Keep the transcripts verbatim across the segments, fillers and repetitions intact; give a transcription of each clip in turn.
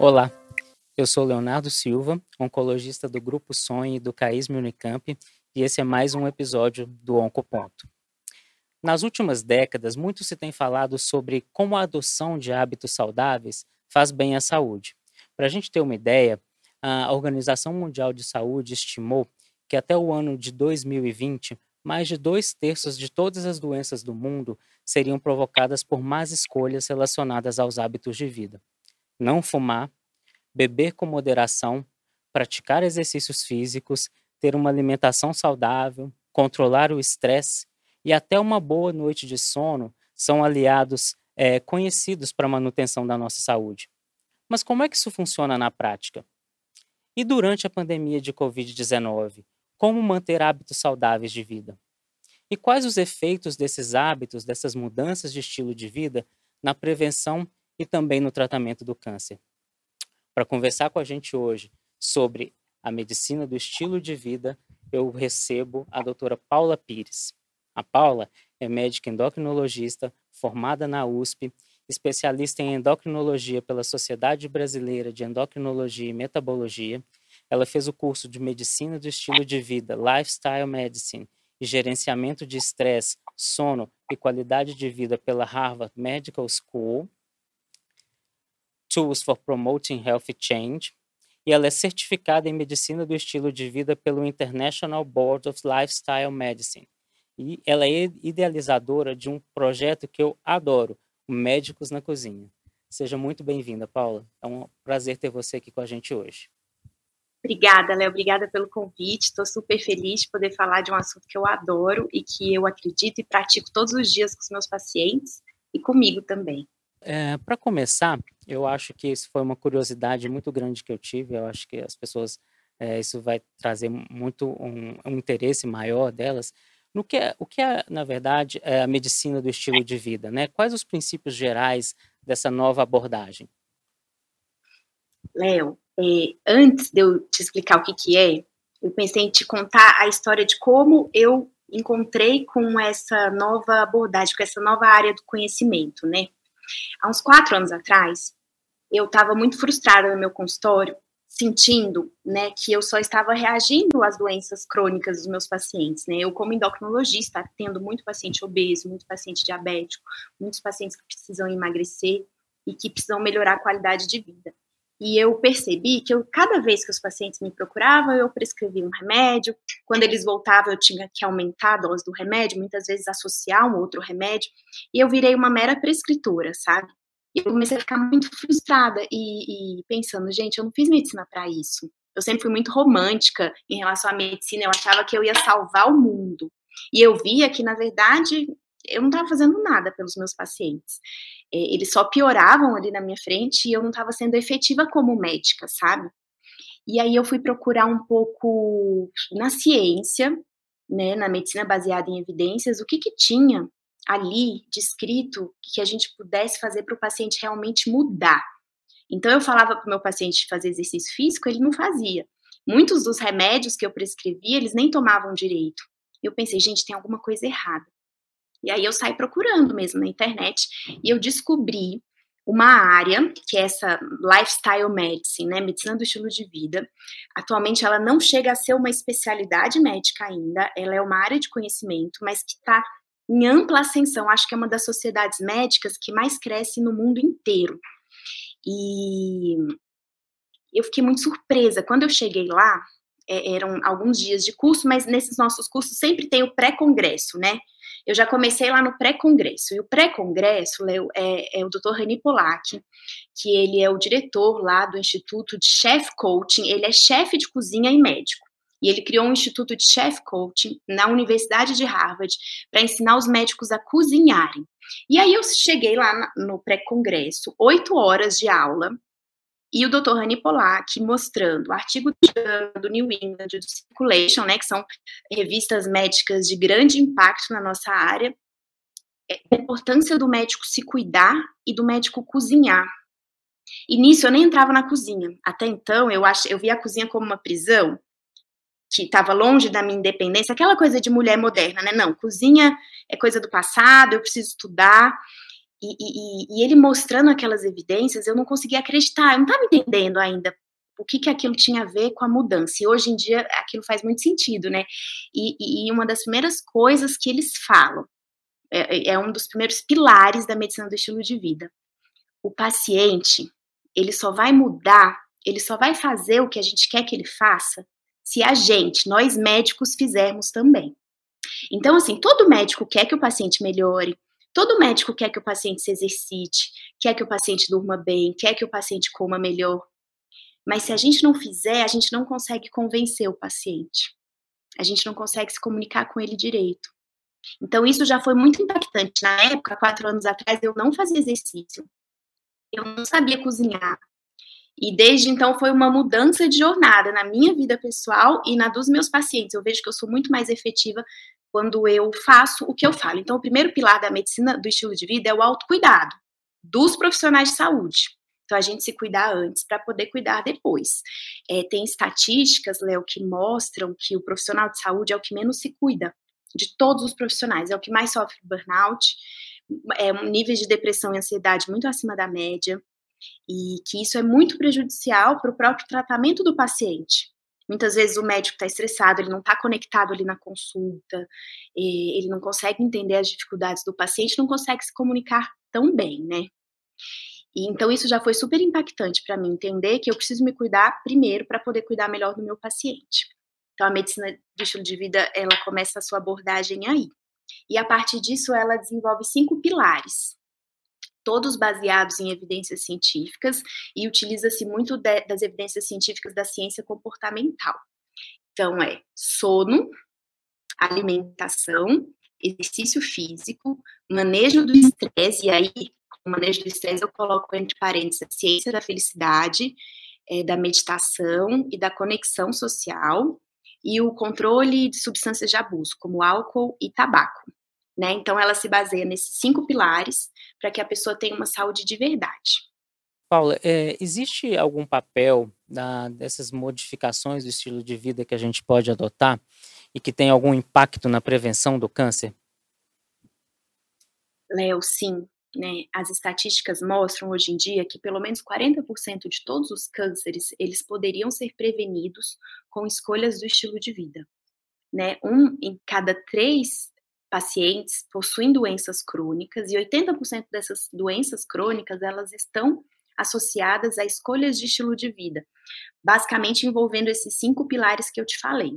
Olá, eu sou Leonardo Silva, oncologista do Grupo Sonhe do CAISM Unicamp, e esse é mais um episódio do Oncoponto. Nas últimas décadas, muito se tem falado sobre como a adoção de hábitos saudáveis faz bem à saúde. Para a gente ter uma ideia, a Organização Mundial de Saúde estimou que até o ano de dois mil e vinte, mais de dois terços de todas as doenças do mundo seriam provocadas por más escolhas relacionadas aos hábitos de vida. Não fumar, beber com moderação, praticar exercícios físicos, ter uma alimentação saudável, controlar o estresse e até uma boa noite de sono são aliados é, conhecidos para a manutenção da nossa saúde. Mas como é que isso funciona na prática? E durante a pandemia de covid dezenove, como manter hábitos saudáveis de vida? E quais os efeitos desses hábitos, dessas mudanças de estilo de vida na prevenção e também no tratamento do câncer? Para conversar com a gente hoje sobre a medicina do estilo de vida, eu recebo a doutora Paula Pires. A Paula é médica endocrinologista, formada na U S P, especialista em endocrinologia pela Sociedade Brasileira de Endocrinologia e Metabologia. Ela fez o curso de Medicina do Estilo de Vida, Lifestyle Medicine e Gerenciamento de Estresse, Sono e Qualidade de Vida pela Harvard Medical School, Tools for Promoting Healthy Change, e ela é certificada em Medicina do Estilo de Vida pelo International Board of Lifestyle Medicine. E ela é idealizadora de um projeto que eu adoro, o Médicos na Cozinha. Seja muito bem-vinda, Paula. É um prazer ter você aqui com a gente hoje. Obrigada, Léo. Obrigada pelo convite. Estou super feliz de poder falar de um assunto que eu adoro e que eu acredito e pratico todos os dias com os meus pacientes e comigo também. É, para começar, eu acho que isso foi uma curiosidade muito grande que eu tive. Eu acho que as pessoas, é, isso vai trazer muito um, um interesse maior delas no que é, o que é, na verdade, é a medicina do estilo de vida, né? Quais os princípios gerais dessa nova abordagem? Léo, é, antes de eu te explicar o que, que é, eu pensei em te contar a história de como eu encontrei com essa nova abordagem, com essa nova área do conhecimento, né? Há uns quatro anos atrás, eu estava muito frustrada no meu consultório, sentindo, né, que eu só estava reagindo às doenças crônicas dos meus pacientes, né? Eu, como endocrinologista, tendo muito paciente obeso, muito paciente diabético, muitos pacientes que precisam emagrecer e que precisam melhorar a qualidade de vida. E eu percebi que eu, cada vez que os pacientes me procuravam, eu prescrevia um remédio. Quando eles voltavam, eu tinha que aumentar a dose do remédio, muitas vezes associar um outro remédio. E eu virei uma mera prescritora, sabe? E eu comecei a ficar muito frustrada e, e pensando, gente, eu não fiz medicina para isso. Eu sempre fui muito romântica em relação à medicina, eu achava que eu ia salvar o mundo. E eu via que, na verdade, eu não estava fazendo nada pelos meus pacientes. Eles só pioravam ali na minha frente e eu não estava sendo efetiva como médica, sabe? E aí eu fui procurar um pouco na ciência, né, na medicina baseada em evidências, o que que tinha ali descrito que a gente pudesse fazer para o paciente realmente mudar. Então eu falava para o meu paciente fazer exercício físico, ele não fazia. Muitos dos remédios que eu prescrevia, eles nem tomavam direito. Eu pensei, gente, tem alguma coisa errada. E aí eu saí procurando mesmo na internet e eu descobri uma área, que é essa Lifestyle Medicine, né, medicina do estilo de vida. Atualmente ela não chega a ser uma especialidade médica ainda, ela é uma área de conhecimento, mas que está em ampla ascensão. Acho que é uma das sociedades médicas que mais cresce no mundo inteiro. E eu fiquei muito surpresa. Quando eu cheguei lá, é, eram alguns dias de curso, mas nesses nossos cursos sempre tem o pré-congresso, né? Eu já comecei lá no pré-congresso, e o pré-congresso é, é o doutor Rani Polak, que ele é o diretor lá do Instituto de Chef Coaching, ele é chefe de cozinha e médico, e ele criou um Instituto de Chef Coaching na Universidade de Harvard para ensinar os médicos a cozinharem. E aí eu cheguei lá no pré-congresso, oito horas de aula, e o doutor Rani Polak mostrando o artigo do New England, do Circulation, né, que são revistas médicas de grande impacto na nossa área, a importância do médico se cuidar e do médico cozinhar. E nisso eu nem entrava na cozinha. Até então eu, ach, eu via a cozinha como uma prisão, que estava longe da minha independência, aquela coisa de mulher moderna, né? Não, cozinha é coisa do passado, eu preciso estudar. E, e, e ele mostrando aquelas evidências, eu não conseguia acreditar, eu não estava entendendo ainda o que, que aquilo tinha a ver com a mudança. E hoje em dia aquilo faz muito sentido, né? E, e uma das primeiras coisas que eles falam, é, é um dos primeiros pilares da medicina do estilo de vida. O paciente, ele só vai mudar, ele só vai fazer o que a gente quer que ele faça se a gente, nós médicos, fizermos também. Então, assim, todo médico quer que o paciente melhore, todo médico quer que o paciente se exercite, quer que o paciente durma bem, quer que o paciente coma melhor. Mas se a gente não fizer, a gente não consegue convencer o paciente. A gente não consegue se comunicar com ele direito. Então, isso já foi muito impactante. Na época, quatro anos atrás, eu não fazia exercício. Eu não sabia cozinhar. E desde então foi uma mudança de jornada na minha vida pessoal e na dos meus pacientes. Eu vejo que eu sou muito mais efetiva quando eu faço o que eu falo. Então, o primeiro pilar da medicina do estilo de vida é o autocuidado dos profissionais de saúde. Então, a gente se cuidar antes para poder cuidar depois. É, tem estatísticas, Léo, que mostram que o profissional de saúde é o que menos se cuida de todos os profissionais, é o que mais sofre burnout, é um nível de depressão e ansiedade muito acima da média, e que isso é muito prejudicial para o próprio tratamento do paciente. Muitas vezes o médico está estressado, ele não está conectado ali na consulta, ele não consegue entender as dificuldades do paciente, não consegue se comunicar tão bem, né? E então isso já foi super impactante para mim, entender que eu preciso me cuidar primeiro para poder cuidar melhor do meu paciente. Então a medicina do estilo de vida, ela começa a sua abordagem aí. E a partir disso ela desenvolve cinco pilares, todos baseados em evidências científicas, e utiliza-se muito de, das evidências científicas da ciência comportamental. Então, é sono, alimentação, exercício físico, manejo do estresse, e aí, o manejo do estresse eu coloco entre parênteses a ciência da felicidade, é, da meditação e da conexão social, e o controle de substâncias de abuso, como álcool e tabaco. Né? Então, ela se baseia nesses cinco pilares para que a pessoa tenha uma saúde de verdade. Paula, é, existe algum papel da, dessas modificações do estilo de vida que a gente pode adotar e que tem algum impacto na prevenção do câncer? Léo, sim. Né? As estatísticas mostram hoje em dia que pelo menos quarenta por cento de todos os cânceres eles poderiam ser prevenidos com escolhas do estilo de vida. Né? Um em cada três pacientes possuem doenças crônicas e oitenta por cento dessas doenças crônicas, elas estão associadas a escolhas de estilo de vida, basicamente envolvendo esses cinco pilares que eu te falei.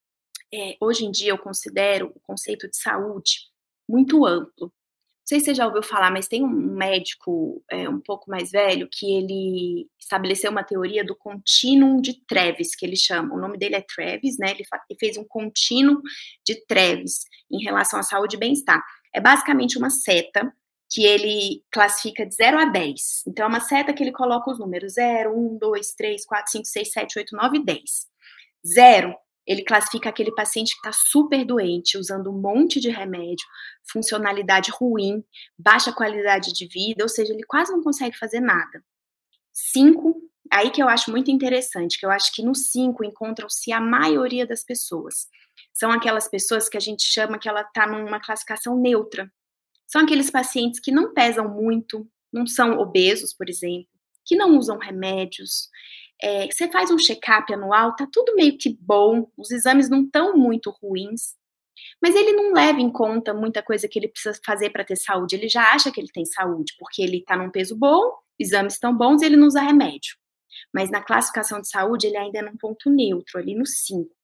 É, hoje em dia eu considero o conceito de saúde muito amplo. Não sei se você já ouviu falar, mas tem um médico é, um pouco mais velho que ele estabeleceu uma teoria do contínuo de Treves, que ele chama. O nome dele é Treves, né? Ele, ele fez um contínuo de Treves em relação à saúde e bem-estar. É basicamente uma seta que ele classifica de zero a dez. Então, é uma seta que ele coloca os números zero, um, dois, três, quatro, cinco, seis, sete, oito, nove, dez. Zero, ele classifica aquele paciente que está super doente, usando um monte de remédio, funcionalidade ruim, baixa qualidade de vida, ou seja, ele quase não consegue fazer nada. Cinco, aí que eu acho muito interessante, que eu acho que no cinco encontram-se a maioria das pessoas. São aquelas pessoas que a gente chama que ela está numa classificação neutra. São aqueles pacientes que não pesam muito, não são obesos, por exemplo, que não usam remédios. É, você faz um check-up anual, tá tudo meio que bom, os exames não estão muito ruins, mas ele não leva em conta muita coisa que ele precisa fazer para ter saúde, ele já acha que ele tem saúde, porque ele está num peso bom, exames estão bons e ele não usa remédio. Mas na classificação de saúde, ele ainda é num ponto neutro, ali no cinco.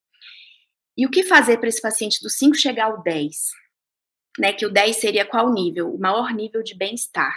E o que fazer para esse paciente do cinco chegar ao dez? Né, que o dez seria qual nível? O maior nível de bem-estar.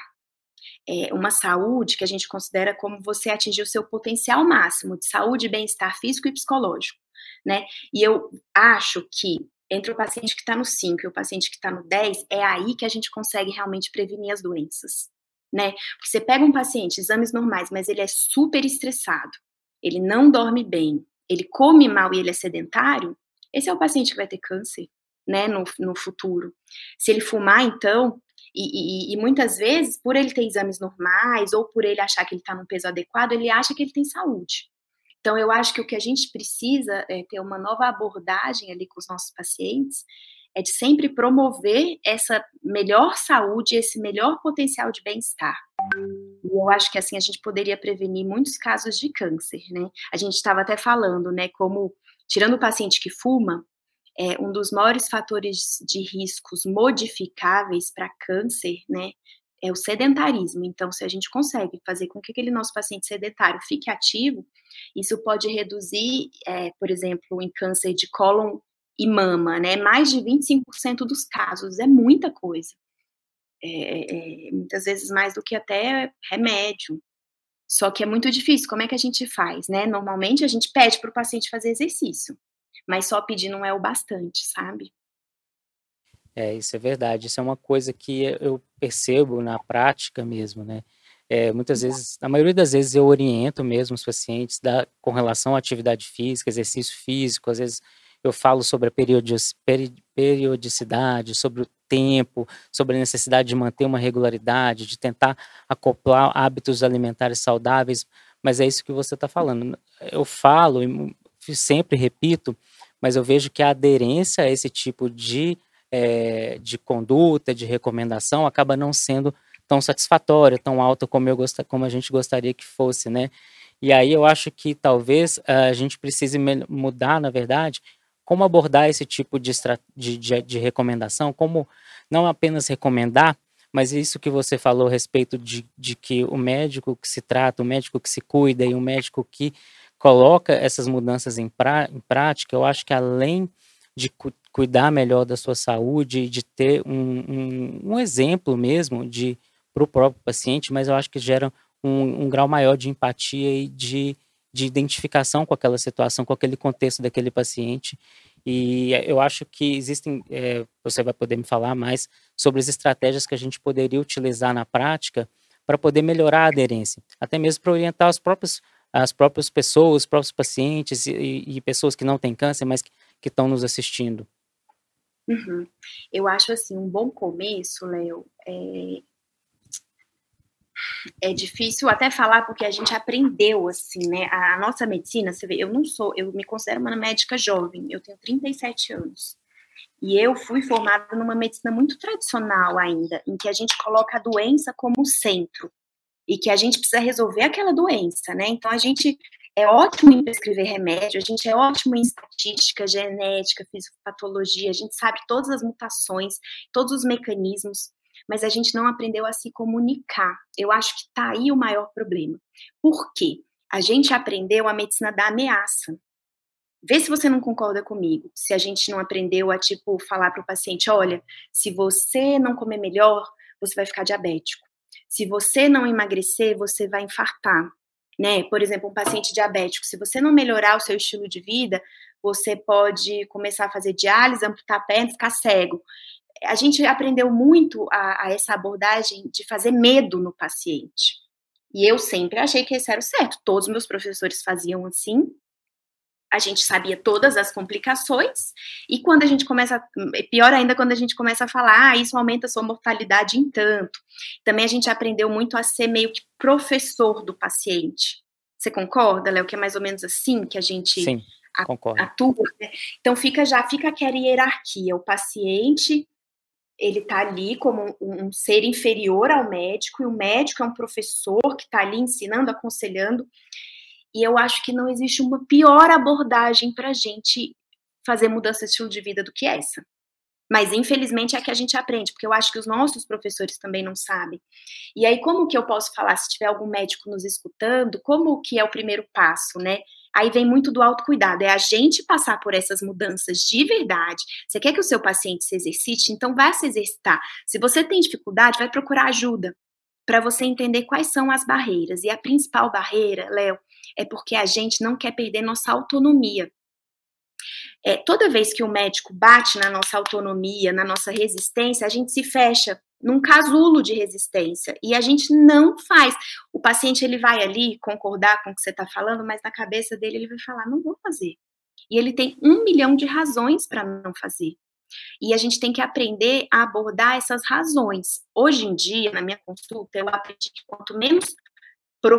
É uma saúde que a gente considera como você atingir o seu potencial máximo de saúde e bem-estar físico e psicológico, né? E eu acho que entre o paciente que está no cinco e o paciente que está no dez, é aí que a gente consegue realmente prevenir as doenças, né? Porque você pega um paciente, exames normais, mas ele é super estressado, ele não dorme bem, ele come mal e ele é sedentário, esse é o paciente que vai ter câncer, né, no, no futuro. Se ele fumar, então, E, e, e muitas vezes, por ele ter exames normais, ou por ele achar que ele está num peso adequado, ele acha que ele tem saúde. Então, eu acho que o que a gente precisa é ter uma nova abordagem ali com os nossos pacientes, é de sempre promover essa melhor saúde, esse melhor potencial de bem-estar. E eu acho que assim a gente poderia prevenir muitos casos de câncer, né? A gente estava até falando, né, como, tirando o paciente que fuma, é, um dos maiores fatores de riscos modificáveis para câncer, né, é o sedentarismo. Então, se a gente consegue fazer com que aquele nosso paciente sedentário fique ativo, isso pode reduzir, é, por exemplo, em câncer de cólon e mama, né, mais de vinte e cinco por cento dos casos, é muita coisa. É, é, muitas vezes mais do que até remédio. Só que é muito difícil, como é que a gente faz, né? Normalmente a gente pede para o paciente fazer exercício, mas só pedir não é o bastante, sabe? É, isso é verdade. Isso é uma coisa que eu percebo na prática mesmo, né? É, muitas vezes, a maioria das vezes eu oriento mesmo os pacientes da, com relação à atividade física, exercício físico, às vezes eu falo sobre a periodici- peri- periodicidade, sobre o tempo, sobre a necessidade de manter uma regularidade, de tentar acoplar hábitos alimentares saudáveis, mas é isso que você está falando. Eu falo e mu- sempre repito, mas eu vejo que a aderência a esse tipo de eh, de conduta, de recomendação, acaba não sendo tão satisfatória, tão alta como eu gosta, como a gente gostaria que fosse, né? E aí eu acho que talvez a gente precise mel- mudar, na verdade, como abordar esse tipo de, estra- de, de, de recomendação, como não apenas recomendar, mas isso que você falou a respeito de, de que o médico que se trata, o médico que se cuida e o médico que coloca essas mudanças em, pra, em prática, eu acho que além de cu- cuidar melhor da sua saúde e de ter um, um, um exemplo mesmo de para o próprio paciente, mas eu acho que gera um, um grau maior de empatia e de, de identificação com aquela situação, com aquele contexto daquele paciente. E eu acho que existem, é, você vai poder me falar mais sobre as estratégias que a gente poderia utilizar na prática para poder melhorar a aderência, até mesmo para orientar os próprios, as próprias pessoas, os próprios pacientes e, e pessoas que não têm câncer, mas que que estão nos assistindo. Uhum. Eu acho assim, um bom começo, Léo, é, é difícil até falar porque a gente aprendeu assim, né? A, a nossa medicina, você vê, eu não sou, eu me considero uma médica jovem, eu tenho trinta e sete anos. E eu fui formada numa medicina muito tradicional ainda, em que a gente coloca a doença como centro e que a gente precisa resolver aquela doença, né? Então a gente é ótimo em prescrever remédio, a gente é ótimo em estatística, genética, fisiopatologia, a gente sabe todas as mutações, todos os mecanismos, mas a gente não aprendeu a se comunicar. Eu acho que tá aí o maior problema. Por quê? A gente aprendeu a medicina da ameaça. Vê se você não concorda comigo, se a gente não aprendeu a, tipo, falar para o paciente, olha, se você não comer melhor, você vai ficar diabético. Se você não emagrecer, você vai infartar, né? Por exemplo, um paciente diabético, se você não melhorar o seu estilo de vida, você pode começar a fazer diálise, amputar a perna, ficar cego. A gente aprendeu muito a, a essa abordagem de fazer medo no paciente. E eu sempre achei que esse era o certo. Todos os meus professores faziam assim, a gente sabia todas as complicações, e quando a gente começa, pior ainda quando a gente começa a falar, ah, isso aumenta a sua mortalidade em tanto. Também a gente aprendeu muito a ser meio que professor do paciente. Você concorda, Léo, que é mais ou menos assim que a gente Sim, concordo. atua, né? Então fica já, fica aquela hierarquia, o paciente, ele tá ali como um, um ser inferior ao médico, e o médico é um professor que tá ali ensinando, aconselhando. E eu acho que não existe uma pior abordagem para a gente fazer mudança de estilo de vida do que essa. Mas, infelizmente, é a que a gente aprende, porque eu acho que os nossos professores também não sabem. E aí, como que eu posso falar, se tiver algum médico nos escutando, como que é o primeiro passo, né? Aí vem muito do autocuidado, é a gente passar por essas mudanças de verdade. Você quer que o seu paciente se exercite? Então, vai se exercitar. Se você tem dificuldade, vai procurar ajuda, para você entender quais são as barreiras. E a principal barreira, Léo, é porque a gente não quer perder nossa autonomia. É, toda vez que o médico bate na nossa autonomia, na nossa resistência, a gente se fecha num casulo de resistência e a gente não faz. O paciente, ele vai ali concordar com o que você está falando, mas na cabeça dele ele vai falar, não vou fazer. E ele tem um milhão de razões para não fazer. E a gente tem que aprender a abordar essas razões. Hoje em dia, na minha consulta, eu aprendi que quanto menos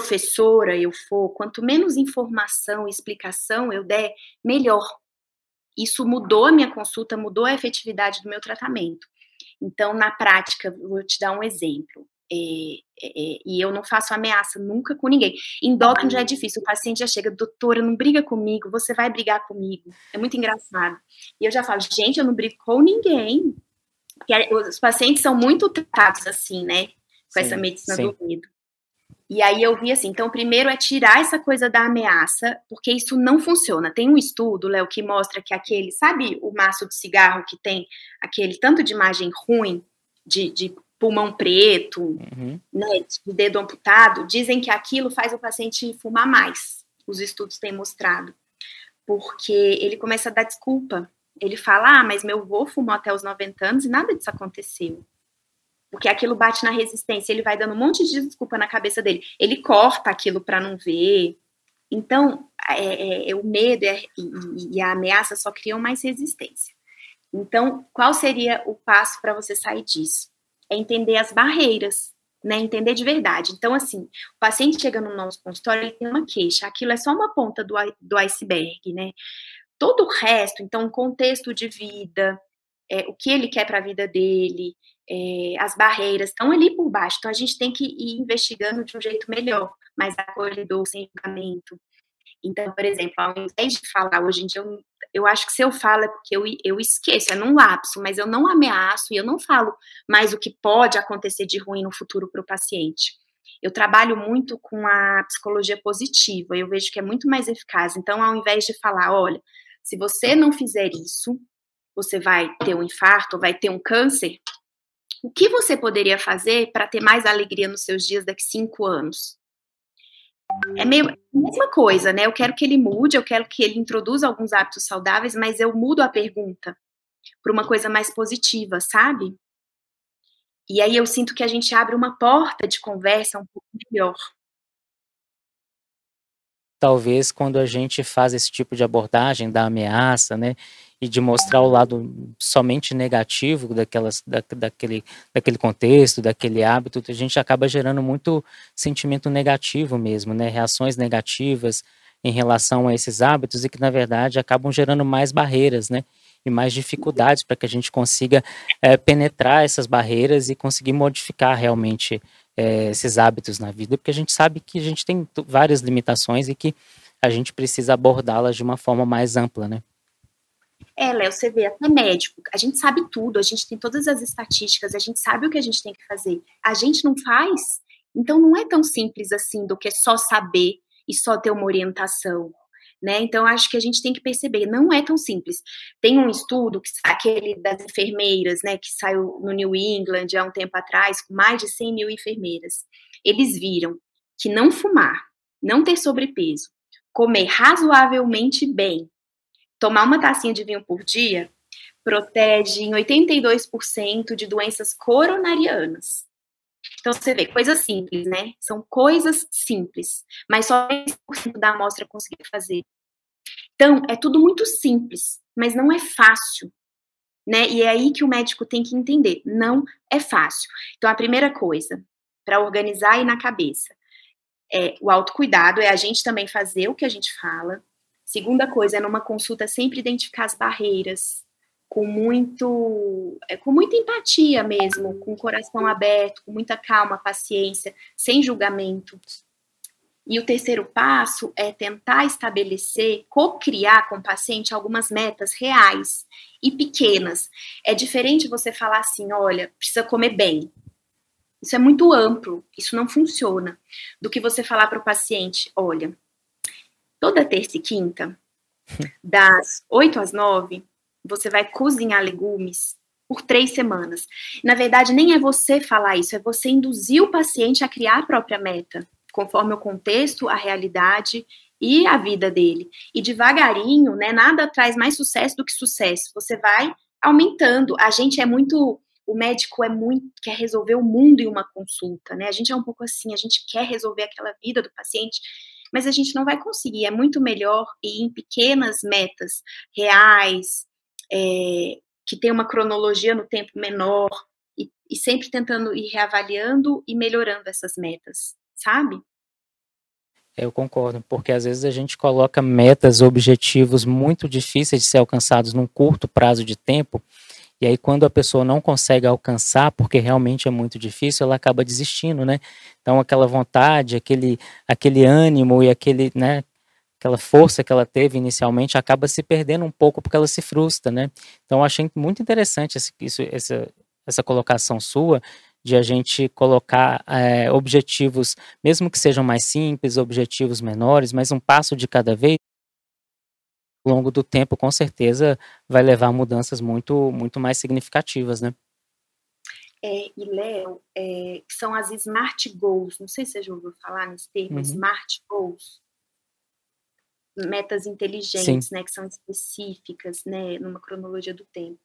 professora eu for, quanto menos informação e explicação eu der, melhor. isso mudou a minha consulta, mudou a efetividade do meu tratamento. Então, na prática, vou te dar um exemplo. É, é, e eu não faço ameaça nunca com ninguém. Endócrino já é difícil, o paciente já chega, doutora, não briga comigo, você vai brigar comigo. É muito engraçado. E eu já falo, gente, eu não brigo com ninguém. Porque os pacientes são muito tratados assim, né? Com sim, essa medicina sim. do medo. E aí eu vi assim, então primeiro é tirar essa coisa da ameaça, porque isso não funciona. Tem um estudo, Léo, que mostra que aquele, sabe o maço de cigarro que tem aquele tanto de imagem ruim, de, de pulmão preto, uhum. né, de dedo amputado, dizem que aquilo faz o paciente fumar mais. Os estudos têm mostrado. Porque ele começa a dar desculpa. Ele fala, ah, mas meu avô fumou até os noventa anos e nada disso aconteceu. Porque aquilo bate na resistência, ele vai dando um monte de desculpa na cabeça dele. Ele corta aquilo para não ver. Então, é, é, o medo é, e, e a ameaça só criam mais resistência. Então, qual seria o passo para você sair disso? É entender as barreiras, né? Entender de verdade. Então, assim, o paciente chega no nosso consultório, ele tem uma queixa. Aquilo é só uma ponta do, do iceberg, né? Todo o resto, então, o contexto de vida, é, o que ele quer para a vida dele, é, as barreiras estão ali por baixo. Então, a gente tem que ir investigando de um jeito melhor, mais acolhedor, sem julgamento. Então, por exemplo, ao invés de falar, hoje em dia, eu, eu acho que se eu falo é porque eu, eu esqueço, é num lapso, mas eu não ameaço e eu não falo mais o que pode acontecer de ruim no futuro para o paciente. Eu trabalho muito com a psicologia positiva, eu vejo que é muito mais eficaz. Então, ao invés de falar, olha, se você não fizer isso, você vai ter um infarto, vai ter um câncer, o que você poderia fazer para ter mais alegria nos seus dias daqui a cinco anos? É meio a mesma coisa, né? Eu quero que ele mude, eu quero que ele introduza alguns hábitos saudáveis, mas eu mudo a pergunta para uma coisa mais positiva, sabe? E aí eu sinto que a gente abre uma porta de conversa um pouco melhor. Talvez quando a gente faz esse tipo de abordagem da ameaça, né, e de mostrar o lado somente negativo daquelas, da, daquele, daquele contexto, daquele hábito, a gente acaba gerando muito sentimento negativo mesmo, né, reações negativas em relação a esses hábitos e que, na verdade, acabam gerando mais barreiras, né, e mais dificuldades para que a gente consiga é, penetrar essas barreiras e conseguir modificar realmente é, esses hábitos na vida, porque a gente sabe que a gente tem várias limitações e que a gente precisa abordá-las de uma forma mais ampla, né? É, Léo, você vê, até médico, a gente sabe tudo, a gente tem todas as estatísticas, a gente sabe o que a gente tem que fazer. A gente não faz, então não é tão simples assim do que só saber e só ter uma orientação, né? Então, acho que a gente tem que perceber, não é tão simples. Tem um estudo, que, aquele das enfermeiras, né, que saiu no New England há um tempo atrás, com mais de cem mil enfermeiras. Eles viram que não fumar, não ter sobrepeso, comer razoavelmente bem, tomar uma tacinha de vinho por dia, protege em oitenta e dois por cento de doenças coronarianas. Então, você vê, coisas simples, né? São coisas simples, mas só dez por cento da amostra conseguiu fazer. Então, é tudo muito simples, mas não é fácil, né? E é aí que o médico tem que entender, não é fácil. Então, a primeira coisa, para organizar aí na cabeça, é o autocuidado, é a gente também fazer o que a gente fala. Segunda coisa, é numa consulta sempre identificar as barreiras, com muito, é, com muita empatia mesmo, com o coração aberto, com muita calma, paciência, sem julgamento. E o terceiro passo é tentar estabelecer, co-criar com o paciente algumas metas reais e pequenas. É diferente você falar assim, olha, precisa comer bem. Isso é muito amplo, isso não funciona. Do que você falar para o paciente, olha, toda terça e quinta, das oito às nove, você vai cozinhar legumes por três semanas. Na verdade, nem é você falar isso, é você induzir o paciente a criar a própria meta, conforme o contexto, a realidade e a vida dele. E devagarinho, né, nada traz mais sucesso do que sucesso. Você vai aumentando. A gente é muito... O médico é muito, quer resolver o mundo em uma consulta, né? A gente é um pouco assim, a gente quer resolver aquela vida do paciente, mas a gente não vai conseguir. É muito melhor ir em pequenas metas reais, é, que tem uma cronologia no tempo menor, e, e sempre tentando ir reavaliando e melhorando essas metas, sabe? Eu concordo, porque às vezes a gente coloca metas, objetivos muito difíceis de ser alcançados num curto prazo de tempo, e aí quando a pessoa não consegue alcançar, porque realmente é muito difícil, ela acaba desistindo, né? Então aquela vontade, aquele, aquele ânimo e aquele, né, aquela força que ela teve inicialmente acaba se perdendo um pouco porque ela se frustra, né? Então eu achei muito interessante esse, isso, essa, essa colocação sua de a gente colocar é, objetivos, mesmo que sejam mais simples, objetivos menores, mas um passo de cada vez, ao longo do tempo, com certeza, vai levar a mudanças muito, muito mais significativas, né? É, e, Léo, é, são as Smart Goals, não sei se você já ouviu falar nesse termo, Uhum. Smart Goals, metas inteligentes, Sim. né, que são específicas, né, numa cronologia do tempo.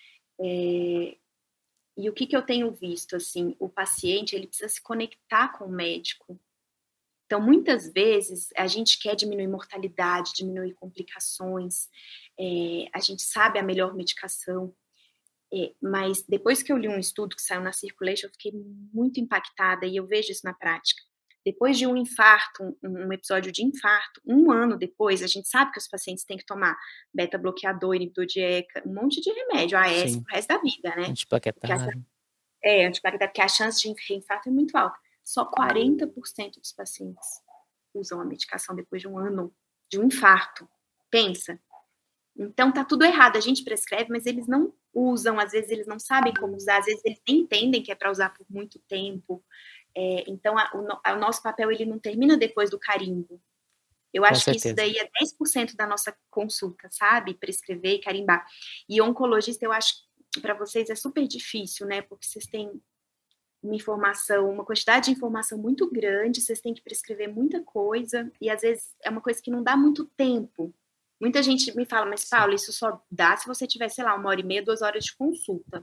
É, e o que, que eu tenho visto, assim, o paciente, ele precisa se conectar com o médico. Então, muitas vezes, a gente quer diminuir mortalidade, diminuir complicações, é, a gente sabe a melhor medicação, é, mas depois que eu li um estudo que saiu na Circulation, eu fiquei muito impactada e eu vejo isso na prática. Depois de um infarto, um, um episódio de infarto, um ano depois, a gente sabe que os pacientes têm que tomar beta-bloqueador, inibidor de ECA, um monte de remédio, A S, pro resto da vida, né? Porque a, Antiplaquetário. é, antiplaquetário, porque a chance de reinfarto é muito alta. Só quarenta por cento dos pacientes usam a medicação depois de um ano de um infarto. Pensa. Então tá tudo errado. A gente prescreve, mas eles não usam, às vezes eles não sabem como usar, às vezes eles nem entendem que é para usar por muito tempo. É, então a, o, a, o nosso papel ele não termina depois do carimbo. Eu Com acho que isso certeza. daí é dez por cento da nossa consulta, sabe? Prescrever e carimbar. E oncologista, eu acho que para vocês é super difícil, né? Porque vocês têm uma informação, uma quantidade de informação muito grande, vocês têm que prescrever muita coisa, e às vezes é uma coisa que não dá muito tempo. Muita gente me fala, mas Paulo, isso só dá se você tiver, sei lá, uma hora e meia, duas horas de consulta.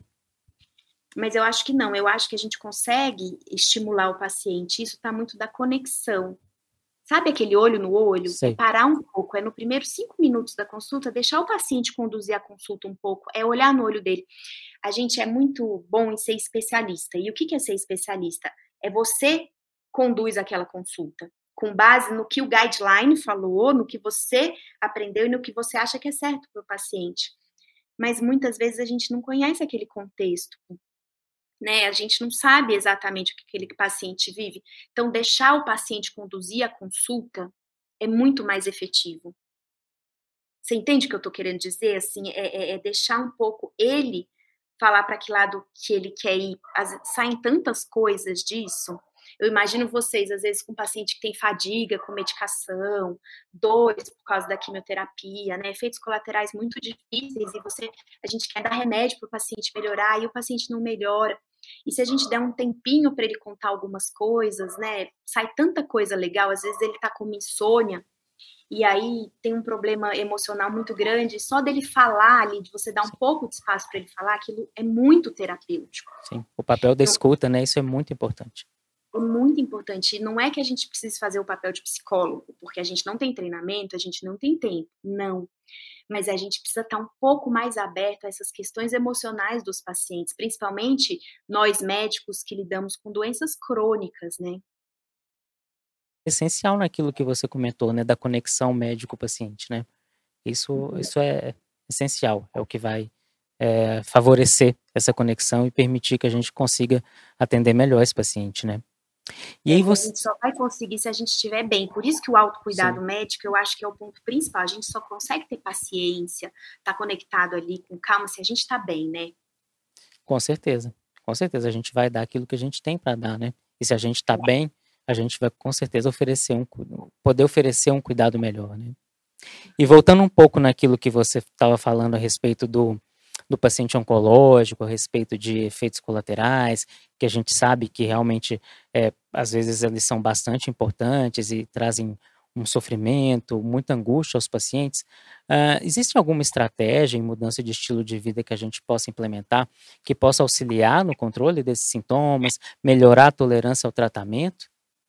Mas eu acho que não, eu acho que a gente consegue estimular o paciente, isso está muito da conexão. Sabe aquele olho no olho? Sei. É parar um pouco, é no primeiro cinco minutos da consulta, deixar o paciente conduzir a consulta um pouco, é olhar no olho dele. A gente é muito bom em ser especialista. E o que é ser especialista? É você conduz aquela consulta, com base no que o guideline falou, no que você aprendeu e no que você acha que é certo para o paciente. Mas muitas vezes a gente não conhece aquele contexto, né? A gente não sabe exatamente o que aquele paciente vive. Então, deixar o paciente conduzir a consulta é muito mais efetivo. Você entende o que eu estou querendo dizer? Assim, é, é, é deixar um pouco ele falar para que lado que ele quer ir. As, saem tantas coisas disso. Eu imagino vocês, às vezes, com um paciente que tem fadiga com medicação, dores por causa da quimioterapia, né? Efeitos colaterais muito difíceis, e você, a gente quer dar remédio para o paciente melhorar, e o paciente não melhora. E se a gente der um tempinho para ele contar algumas coisas, né? Sai tanta coisa legal, às vezes ele está com insônia, e aí tem um problema emocional muito grande, só dele falar ali, de você dar um pouco de espaço para ele falar, aquilo é muito terapêutico. Sim, o papel da escuta, né, isso é muito importante. É muito importante, e não é que a gente precise fazer o papel de psicólogo, porque a gente não tem treinamento, a gente não tem tempo, não. Mas a gente precisa estar um pouco mais aberto a essas questões emocionais dos pacientes, principalmente nós médicos que lidamos com doenças crônicas, né? Essencial naquilo que você comentou, né, da conexão médico-paciente, né? Isso, Uhum. isso é essencial, é o que vai é, favorecer essa conexão e permitir que a gente consiga atender melhor esse paciente, né? E É, aí e a você... gente só vai conseguir se a gente estiver bem. Por isso que o autocuidado Sim. médico, eu acho que é o ponto principal. A gente só consegue ter paciência, estar tá conectado ali com calma, se a gente está bem, né? Com certeza, com certeza. A gente vai dar aquilo que a gente tem para dar, né? E se a gente está É. bem, a gente vai com certeza oferecer um, poder oferecer um cuidado melhor, né? E voltando um pouco naquilo que você estava falando a respeito do, do paciente oncológico, a respeito de efeitos colaterais, que a gente sabe que realmente, é, às vezes, eles são bastante importantes e trazem um sofrimento, muita angústia aos pacientes. Uh, existe alguma estratégia em mudança de estilo de vida que a gente possa implementar, que possa auxiliar no controle desses sintomas, melhorar a tolerância ao tratamento?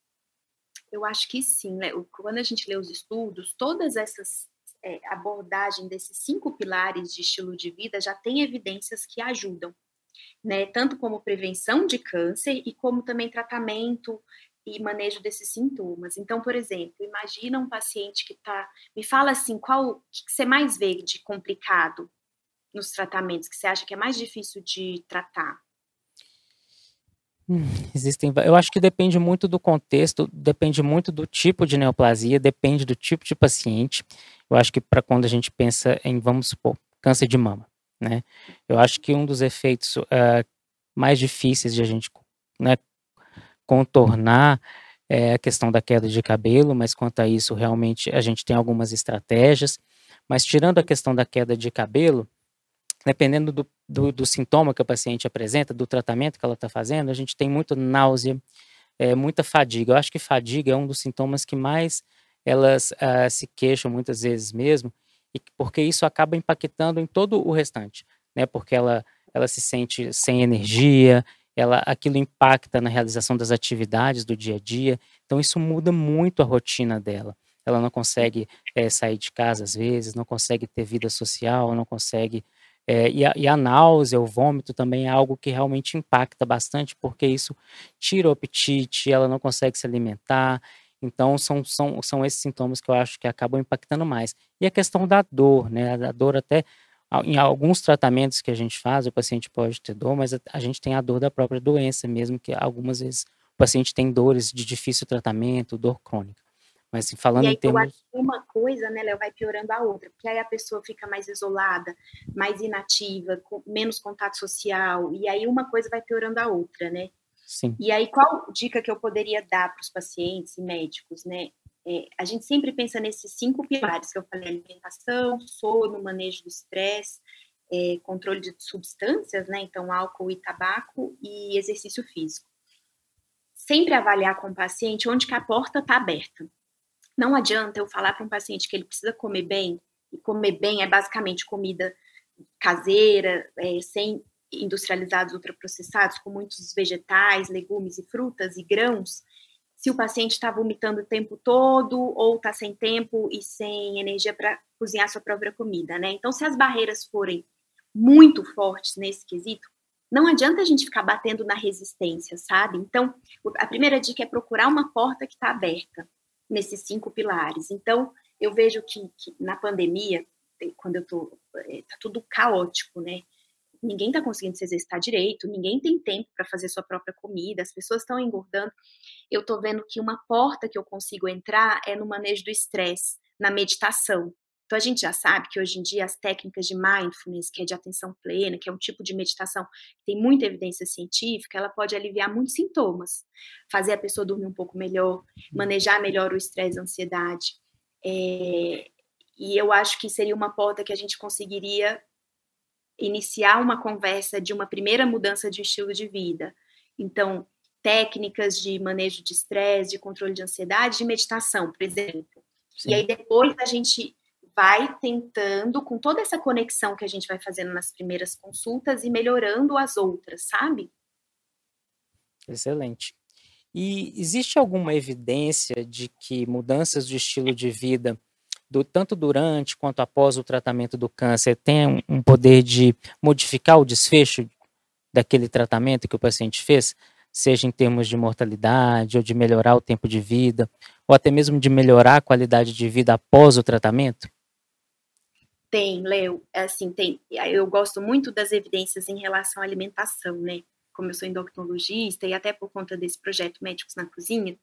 Eu acho que sim, né? Quando a gente lê os estudos, todas essas é, abordagens desses cinco pilares de estilo de vida já tem evidências que ajudam, né? Tanto como prevenção de câncer e como também tratamento e manejo desses sintomas. Então, por exemplo, imagina um paciente que está... Me fala assim, qual o que você mais vê de complicado nos tratamentos, que você acha que é mais difícil de tratar? Hum, existem, eu acho que depende muito do contexto, depende muito do tipo de neoplasia, depende do tipo de paciente. Eu acho que para quando a gente pensa em, vamos supor, câncer de mama, né? Eu acho que um dos efeitos uh, mais difíceis de a gente, né, contornar é a questão da queda de cabelo, mas quanto a isso, realmente a gente tem algumas estratégias. Mas tirando a questão da queda de cabelo, dependendo do, do, do sintoma que a paciente apresenta, do tratamento que ela está fazendo, a gente tem muita náusea, é, muita fadiga. Eu acho que fadiga é um dos sintomas que mais elas uh, se queixam muitas vezes mesmo, e porque isso acaba impactando em todo o restante, né? Porque ela, ela se sente sem energia, ela, aquilo impacta na realização das atividades do dia a dia, então isso muda muito a rotina dela. Ela não consegue é, sair de casa às vezes, não consegue ter vida social, não consegue... É, e, a, e a náusea, o vômito também é algo que realmente impacta bastante, porque isso tira o apetite, ela não consegue se alimentar. Então, são, são, são esses sintomas que eu acho que acabam impactando mais. E a questão da dor, né? A dor até, em alguns tratamentos que a gente faz, o paciente pode ter dor, mas a, a gente tem a dor da própria doença, mesmo que algumas vezes o paciente tem dores de difícil tratamento, dor crônica. Mas assim, falando E aí em termos... eu acho que uma coisa, né, Léo, vai piorando a outra, porque aí a pessoa fica mais isolada, mais inativa, com menos contato social, e aí uma coisa vai piorando a outra, né? Sim. E aí, qual dica que eu poderia dar para os pacientes e médicos, né? É, a gente sempre pensa nesses cinco pilares que eu falei: alimentação, sono, manejo do estresse, é, controle de substâncias, né? Então, álcool e tabaco, e exercício físico. Sempre avaliar com o paciente onde que a porta está aberta. Não adianta eu falar para um paciente que ele precisa comer bem, e comer bem é basicamente comida caseira, é, sem industrializados ultraprocessados, com muitos vegetais, legumes e frutas e grãos, se o paciente está vomitando o tempo todo ou está sem tempo e sem energia para cozinhar sua própria comida, né? Então, se as barreiras forem muito fortes nesse quesito, não adianta a gente ficar batendo na resistência, sabe? Então, a primeira dica é procurar uma porta que está aberta nesses cinco pilares. Então, eu vejo que, que na pandemia, quando eu tô, tá tudo caótico, né? Ninguém tá conseguindo se exercitar direito, ninguém tem tempo para fazer sua própria comida, as pessoas estão engordando. Eu tô vendo que uma porta que eu consigo entrar é no manejo do estresse, na meditação. Então, a gente já sabe que hoje em dia as técnicas de mindfulness, que é de atenção plena, que é um tipo de meditação que tem muita evidência científica, ela pode aliviar muitos sintomas, fazer a pessoa dormir um pouco melhor, manejar melhor o estresse e a ansiedade. É, e eu acho que seria uma porta que a gente conseguiria iniciar uma conversa de uma primeira mudança de estilo de vida. Então, técnicas de manejo de estresse, de controle de ansiedade, de meditação, por exemplo. Sim. E aí depois a gente vai tentando, com toda essa conexão que a gente vai fazendo nas primeiras consultas e melhorando as outras, sabe? Excelente. E existe alguma evidência de que mudanças de estilo de vida, do, tanto durante quanto após o tratamento do câncer, têm um, um poder de modificar o desfecho daquele tratamento que o paciente fez? Seja em termos de mortalidade, ou de melhorar o tempo de vida, ou até mesmo de melhorar a qualidade de vida após o tratamento? Tem, Léo, assim, tem. Eu gosto muito das evidências em relação à alimentação, né? Como eu sou endocrinologista e até por conta desse projeto Médicos na Cozinha,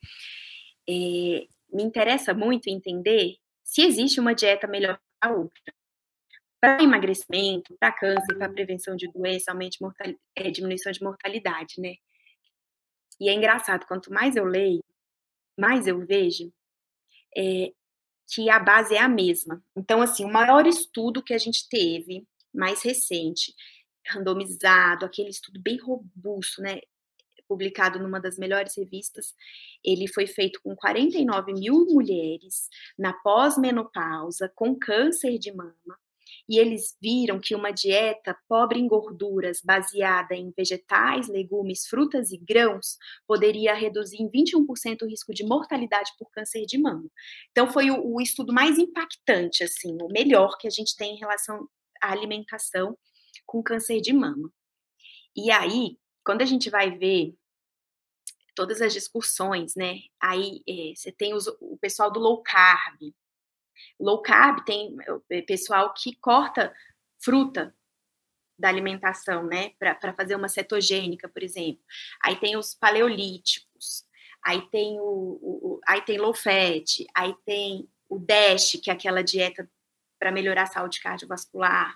é, me interessa muito entender se existe uma dieta melhor que a outra. Para emagrecimento, para câncer, para prevenção de doença, aumento de mortalidade, é, diminuição de mortalidade, né? E é engraçado, quanto mais eu leio, mais eu vejo é, que a base é a mesma. Então, assim, o maior estudo que a gente teve, mais recente, randomizado, aquele estudo bem robusto, né, publicado numa das melhores revistas, ele foi feito com quarenta e nove mil mulheres na pós-menopausa com câncer de mama, e eles viram que uma dieta pobre em gorduras, baseada em vegetais, legumes, frutas e grãos, poderia reduzir em vinte e um por cento o risco de mortalidade por câncer de mama. Então, foi o, o estudo mais impactante, assim, o melhor que a gente tem em relação à alimentação com câncer de mama. E aí, quando a gente vai ver todas as discussões, né? Aí é, você tem os, o pessoal do low carb. Low carb tem o pessoal que corta fruta da alimentação, né? Para fazer uma cetogênica, por exemplo. Aí tem os paleolíticos. Aí tem o, o, o aí tem low fat. Aí tem o DASH, que é aquela dieta para melhorar a saúde cardiovascular.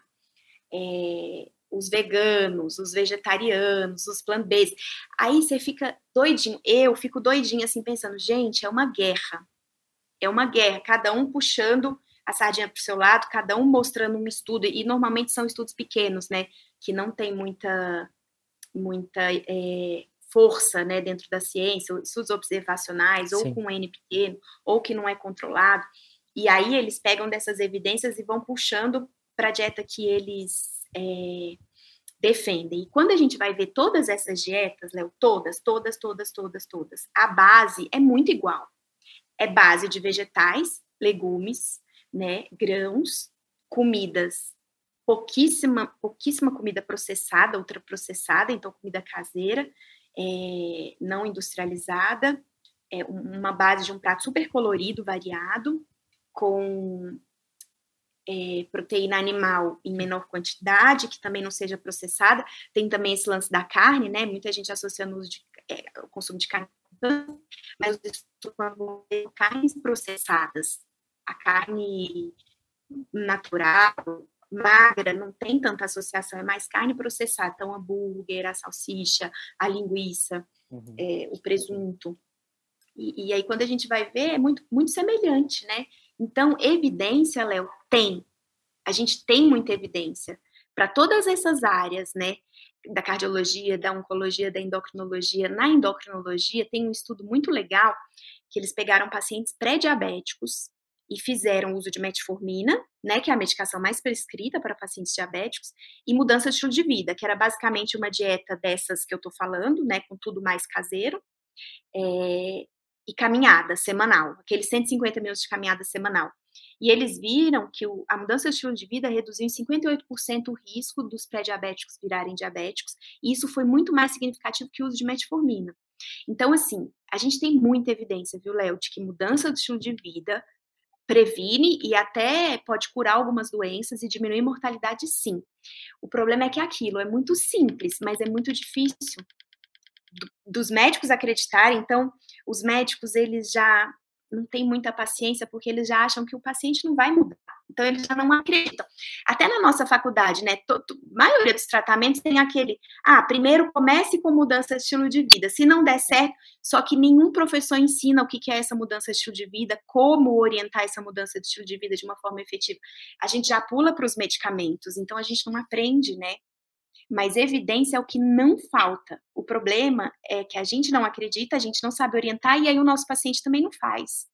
É, os veganos, os vegetarianos, os plant-based. Aí você fica doidinho, eu fico doidinha assim, pensando, gente, é uma guerra. É uma guerra, cada um puxando a sardinha para o seu lado, cada um mostrando um estudo, e normalmente são estudos pequenos, né, que não tem muita, muita é, força, né, dentro da ciência, estudos observacionais, ou Sim. com N pequeno, ou que não é controlado, e aí eles pegam dessas evidências e vão puxando para a dieta que eles é, defendem. E quando a gente vai ver todas essas dietas, Léo, todas, todas, todas, todas, todas, a base é muito igual. É base de vegetais, legumes, né, grãos, comidas, pouquíssima, pouquíssima comida processada, ultraprocessada, então comida caseira, é, não industrializada, é uma base de um prato super colorido, variado, com é, proteína animal em menor quantidade, que também não seja processada. Tem também esse lance da carne, né? Muita gente associando o, uso de, é, o consumo de carne, mas quando carnes processadas, a carne natural, magra, não tem tanta associação, é mais carne processada, então hambúrguer, a salsicha, a linguiça, uhum. é, o presunto. E, e aí, quando a gente vai ver, é muito, muito semelhante, né? Então, evidência, Léo, tem. A gente tem muita evidência para todas essas áreas, né? Da cardiologia, da oncologia, da endocrinologia. Na endocrinologia, tem um estudo muito legal que eles pegaram pacientes pré-diabéticos e fizeram uso de metformina, né? Que é a medicação mais prescrita para pacientes diabéticos, e mudança de estilo de vida, que era basicamente uma dieta dessas que eu tô falando, né? Com tudo mais caseiro. É, e caminhada semanal, aqueles cento e cinquenta minutos de caminhada semanal. E eles viram que o, a mudança de estilo de vida reduziu em cinquenta e oito por cento o risco dos pré-diabéticos virarem diabéticos, e isso foi muito mais significativo que o uso de metformina. Então, assim, a gente tem muita evidência, viu, Léo, de que mudança de estilo de vida previne e até pode curar algumas doenças e diminuir mortalidade, sim. O problema é que aquilo é muito simples, mas é muito difícil dos médicos acreditarem. Então, os médicos, eles já não têm muita paciência, porque eles já acham que o paciente não vai mudar. Então, eles já não acreditam. Até na nossa faculdade, né, a maioria dos tratamentos tem aquele, ah, primeiro comece com mudança de estilo de vida. Se não der certo, só que nenhum professor ensina o que é essa mudança de estilo de vida, como orientar essa mudança de estilo de vida de uma forma efetiva. A gente já pula para os medicamentos, então a gente não aprende, né? Mas evidência é o que não falta. O problema é que a gente não acredita, a gente não sabe orientar, e aí o nosso paciente também não faz.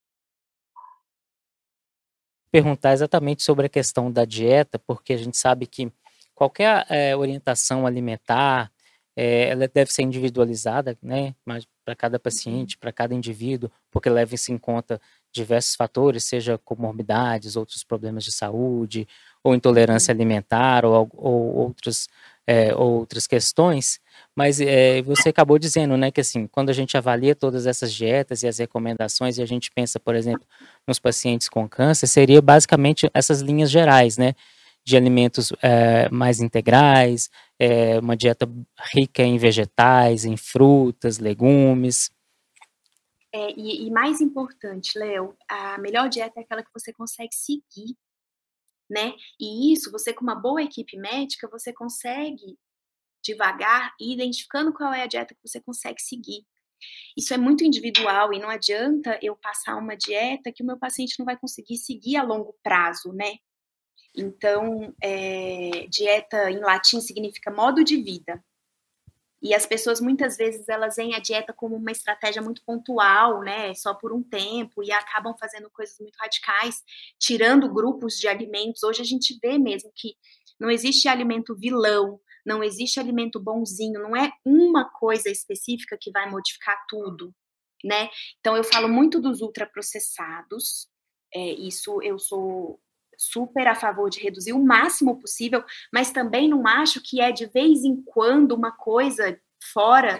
Perguntar exatamente sobre a questão da dieta, porque a gente sabe que qualquer é, orientação alimentar, é, ela deve ser individualizada, né, mas para cada paciente, para cada indivíduo, porque leva-se em conta diversos fatores, seja comorbidades, outros problemas de saúde, ou intolerância alimentar, ou, ou outros É, outras questões, mas é, você acabou dizendo, né, que assim, quando a gente avalia todas essas dietas e as recomendações e a gente pensa, por exemplo, nos pacientes com câncer, seria basicamente essas linhas gerais, né, de alimentos é, mais integrais, é, uma dieta rica em vegetais, em frutas, legumes. É, e, e mais importante, Léo, a melhor dieta é aquela que você consegue seguir, né? E isso, você com uma boa equipe médica, você consegue devagar ir identificando qual é a dieta que você consegue seguir. Isso é muito individual e não adianta eu passar uma dieta que o meu paciente não vai conseguir seguir a longo prazo, né? Então, é, dieta em latim significa modo de vida. E as pessoas, muitas vezes, elas veem a dieta como uma estratégia muito pontual, né, só por um tempo, e acabam fazendo coisas muito radicais, tirando grupos de alimentos. Hoje a gente vê mesmo que não existe alimento vilão, não existe alimento bonzinho, não é uma coisa específica que vai modificar tudo, né? Então, eu falo muito dos ultraprocessados, é, isso eu sou super a favor de reduzir o máximo possível, mas também não acho que é de vez em quando uma coisa fora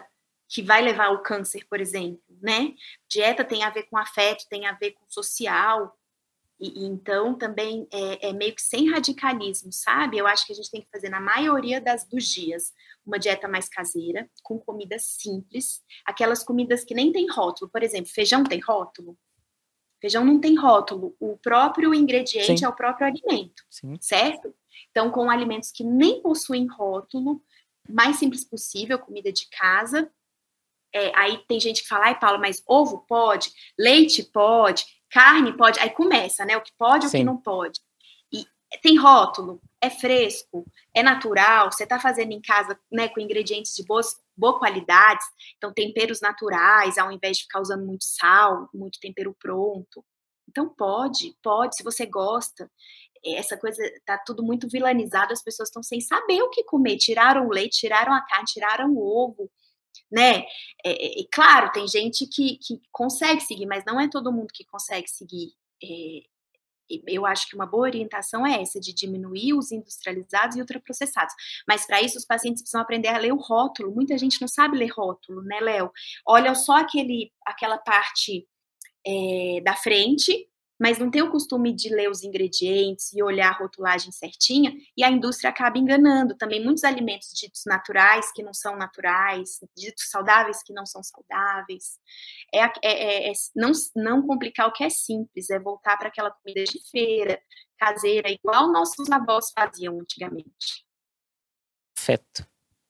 que vai levar ao câncer, por exemplo, né? Dieta tem a ver com afeto, tem a ver com social, e, e então também é, é meio que sem radicalismo, sabe? Eu acho que a gente tem que fazer na maioria das, dos dias uma dieta mais caseira, com comidas simples, aquelas comidas que nem tem rótulo, por exemplo, feijão tem rótulo? Feijão não tem rótulo, o próprio ingrediente Sim. é o próprio alimento, Sim. certo? Então, com alimentos que nem possuem rótulo, mais simples possível, comida de casa. É, aí tem gente que fala, ai, Paula, mas ovo pode, leite pode, carne pode. Aí começa, né? O que pode e o que não pode. E tem rótulo, é fresco, é natural, você está fazendo em casa, né, com ingredientes de boas, boa qualidade, então temperos naturais, ao invés de ficar usando muito sal, muito tempero pronto. Então pode, pode, se você gosta. Essa coisa, tá tudo muito vilanizado, as pessoas estão sem saber o que comer, tiraram o leite, tiraram a carne, tiraram o ovo, né? É, é, claro, tem gente que, que consegue seguir, mas não é todo mundo que consegue seguir. É, eu acho que uma boa orientação é essa, de diminuir os industrializados e ultraprocessados. Mas para isso os pacientes precisam aprender a ler o rótulo. Muita gente não sabe ler rótulo, né, Léo? Olha só aquele, aquela parte é, da frente, mas não tem o costume de ler os ingredientes e olhar a rotulagem certinha, e a indústria acaba enganando. Também muitos alimentos ditos naturais que não são naturais, ditos saudáveis que não são saudáveis. É, é, é, é não, não complicar o que é simples, é voltar para aquela comida de feira, caseira, igual nossos avós faziam antigamente. Perfeito.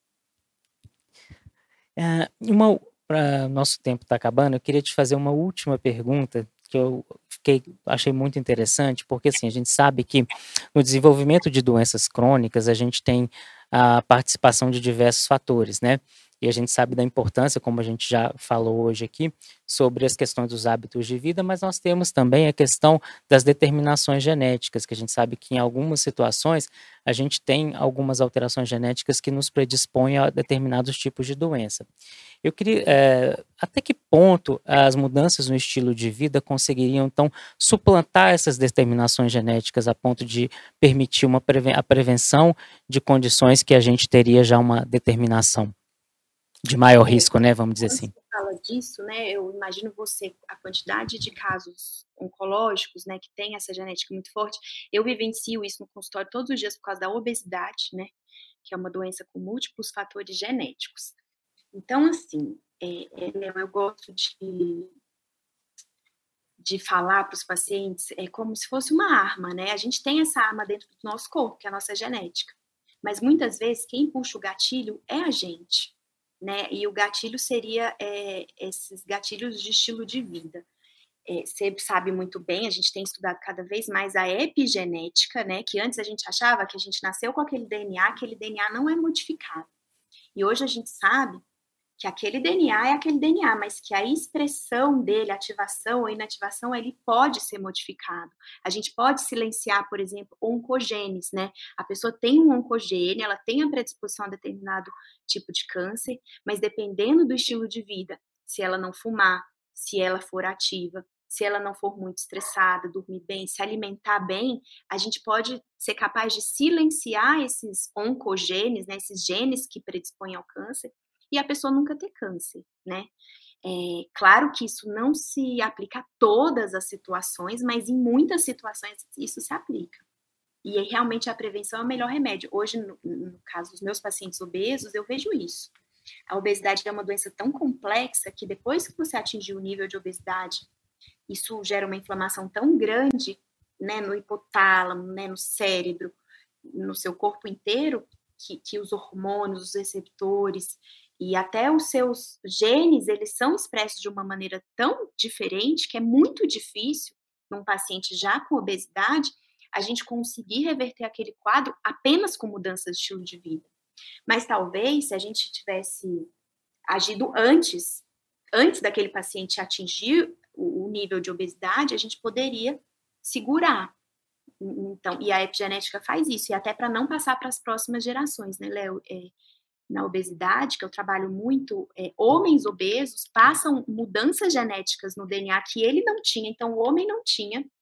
É, uma, pra, nosso tempo está acabando, eu queria te fazer uma última pergunta, que eu fiquei, achei muito interessante, porque assim, a gente sabe que no desenvolvimento de doenças crônicas, a gente tem a participação de diversos fatores, né? E a gente sabe da importância, como a gente já falou hoje aqui, sobre as questões dos hábitos de vida, mas nós temos também a questão das determinações genéticas, que a gente sabe que em algumas situações a gente tem algumas alterações genéticas que nos predispõem a determinados tipos de doença. Eu queria, é, até que ponto as mudanças no estilo de vida conseguiriam, então, suplantar essas determinações genéticas a ponto de permitir uma preven- a prevenção de condições que a gente teria já uma determinação de maior risco, né, vamos dizer assim. Quando você fala disso, né, eu imagino você, a quantidade de casos oncológicos, né, que tem essa genética muito forte, eu vivencio isso no consultório todos os dias por causa da obesidade, né, que é uma doença com múltiplos fatores genéticos. Então, assim, é, é, eu gosto de, de falar para os pacientes, é como se fosse uma arma, né, a gente tem essa arma dentro do nosso corpo, que é a nossa genética, mas muitas vezes quem puxa o gatilho é a gente. Né? E o gatilho seria é, esses gatilhos de estilo de vida. É, você sabe muito bem, a gente tem estudado cada vez mais a epigenética, né? Que antes a gente achava que a gente nasceu com aquele D N A, aquele D N A não é modificado. E hoje a gente sabe que aquele D N A é aquele D N A, mas que a expressão dele, ativação ou inativação, ele pode ser modificado. A gente pode silenciar, por exemplo, oncogenes, né? A pessoa tem um oncogene, ela tem a predisposição a determinado tipo de câncer, mas dependendo do estilo de vida, se ela não fumar, se ela for ativa, se ela não for muito estressada, dormir bem, se alimentar bem, a gente pode ser capaz de silenciar esses oncogenes, né? Esses genes que predispõem ao câncer, e a pessoa nunca ter câncer, né? É, claro que isso não se aplica a todas as situações, mas em muitas situações isso se aplica. E realmente a prevenção é o melhor remédio. Hoje, no, no caso dos meus pacientes obesos, eu vejo isso. A obesidade é uma doença tão complexa que depois que você atingir o nível de obesidade, isso gera uma inflamação tão grande, né, no hipotálamo, né, no cérebro, no seu corpo inteiro, que, que os hormônios, os receptores e até os seus genes, eles são expressos de uma maneira tão diferente que é muito difícil, num paciente já com obesidade, a gente conseguir reverter aquele quadro apenas com mudanças de estilo de vida. Mas talvez, se a gente tivesse agido antes, antes daquele paciente atingir o nível de obesidade, a gente poderia segurar. Então, e a epigenética faz isso, e até para não passar para as próximas gerações, né, Léo? É, na obesidade, que eu trabalho muito, é, homens obesos passam mudanças genéticas no D N A que ele não tinha, então o homem não tinha,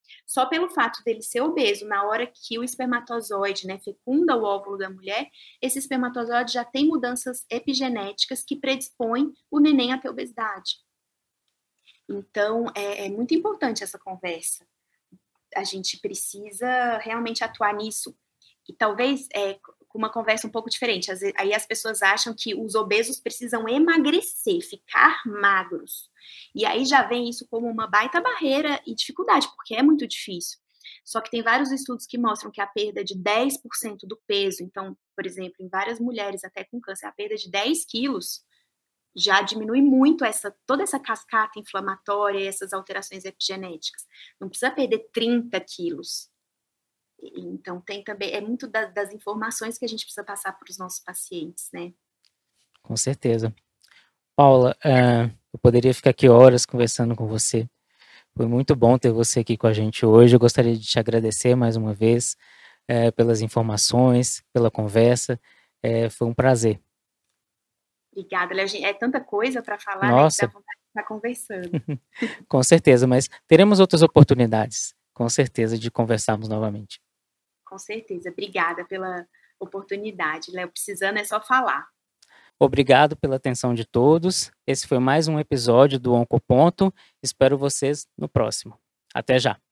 Só pelo fato dele ser obeso, na hora que o espermatozoide, né, fecunda o óvulo da mulher, esse espermatozoide já tem mudanças epigenéticas que predispõem o neném a ter obesidade. Então, é, é muito importante essa conversa. A gente precisa realmente atuar nisso. E talvez é, com uma conversa um pouco diferente. Vezes, aí as pessoas acham que os obesos precisam emagrecer, ficar magros. E aí já vem isso como uma baita barreira e dificuldade, porque é muito difícil. Só que tem vários estudos que mostram que a perda de dez por cento do peso, então, por exemplo, em várias mulheres até com câncer, a perda de dez quilos já diminui muito essa, toda essa cascata inflamatória e essas alterações epigenéticas. Não precisa perder trinta quilos. Então, tem também, é muito da, das informações que a gente precisa passar para os nossos pacientes, né? Com certeza. Paula, uh, eu poderia ficar aqui horas conversando com você. Foi muito bom ter você aqui com a gente hoje. Eu gostaria de te agradecer mais uma vez uh, pelas informações, pela conversa. Uh, foi um prazer. Obrigada, Léo. É tanta coisa para falar, Nossa. Né, que dá vontade de estar conversando. Com certeza, mas teremos outras oportunidades, com certeza, de conversarmos novamente. Com certeza. Obrigada pela oportunidade, Léo. Precisando é só falar. Obrigado pela atenção de todos. Esse foi mais um episódio do Oncoponto. Espero vocês no próximo. Até já.